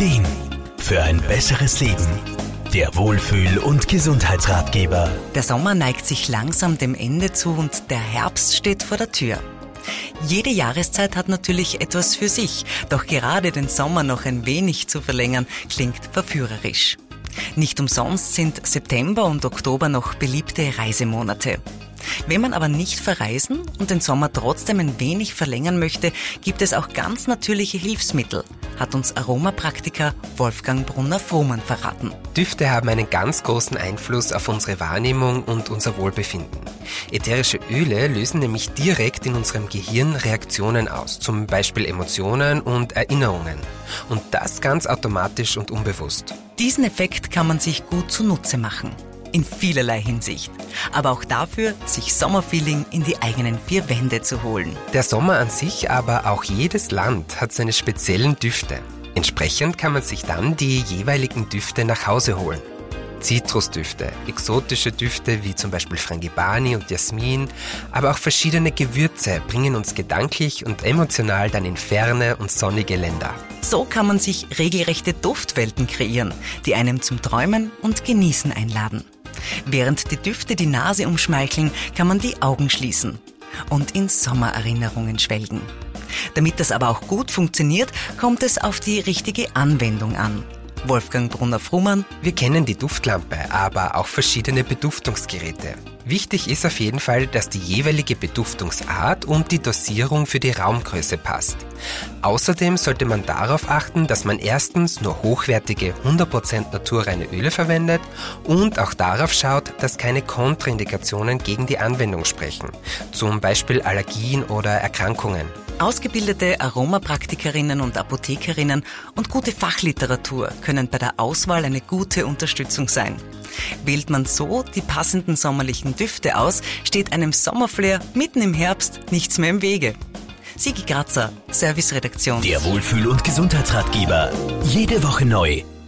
Ideen für ein besseres Leben. Der Wohlfühl- und Gesundheitsratgeber. Der Sommer neigt sich langsam dem Ende zu und der Herbst steht vor der Tür. Jede Jahreszeit hat natürlich etwas für sich, doch gerade den Sommer noch ein wenig zu verlängern, klingt verführerisch. Nicht umsonst sind September und Oktober noch beliebte Reisemonate. Wenn man aber nicht verreisen und den Sommer trotzdem ein wenig verlängern möchte, gibt es auch ganz natürliche Hilfsmittel, hat uns Aromapraktiker Wolfgang Brunner-Frohmann verraten. Düfte haben einen ganz großen Einfluss auf unsere Wahrnehmung und unser Wohlbefinden. Ätherische Öle lösen nämlich direkt in unserem Gehirn Reaktionen aus, zum Beispiel Emotionen und Erinnerungen. Und das ganz automatisch und unbewusst. Diesen Effekt kann man sich gut zunutze machen. In vielerlei Hinsicht. Aber auch dafür, sich Sommerfeeling in die eigenen vier Wände zu holen. Der Sommer an sich, aber auch jedes Land hat seine speziellen Düfte. Entsprechend kann man sich dann die jeweiligen Düfte nach Hause holen. Zitrusdüfte, exotische Düfte wie zum Beispiel Frangipani und Jasmin, aber auch verschiedene Gewürze bringen uns gedanklich und emotional dann in ferne und sonnige Länder. So kann man sich regelrechte Duftwelten kreieren, die einem zum Träumen und Genießen einladen. Während die Düfte die Nase umschmeicheln, kann man die Augen schließen und in Sommererinnerungen schwelgen. Damit das aber auch gut funktioniert, kommt es auf die richtige Anwendung an. Wolfgang Brunner-Frohmann: Wir kennen die Duftlampe, aber auch verschiedene Beduftungsgeräte. Wichtig ist auf jeden Fall, dass die jeweilige Beduftungsart und die Dosierung für die Raumgröße passt. Außerdem sollte man darauf achten, dass man erstens nur hochwertige, 100% naturreine Öle verwendet und auch darauf schaut, dass keine Kontraindikationen gegen die Anwendung sprechen, zum Beispiel Allergien oder Erkrankungen. Ausgebildete Aromapraktikerinnen und Apothekerinnen und gute Fachliteratur können bei der Auswahl eine gute Unterstützung sein. Wählt man so die passenden sommerlichen Düfte aus, steht einem Sommerflair mitten im Herbst nichts mehr im Wege. Sigi Grazer, Serviceredaktion. Der Wohlfühl- und Gesundheitsratgeber. Jede Woche neu.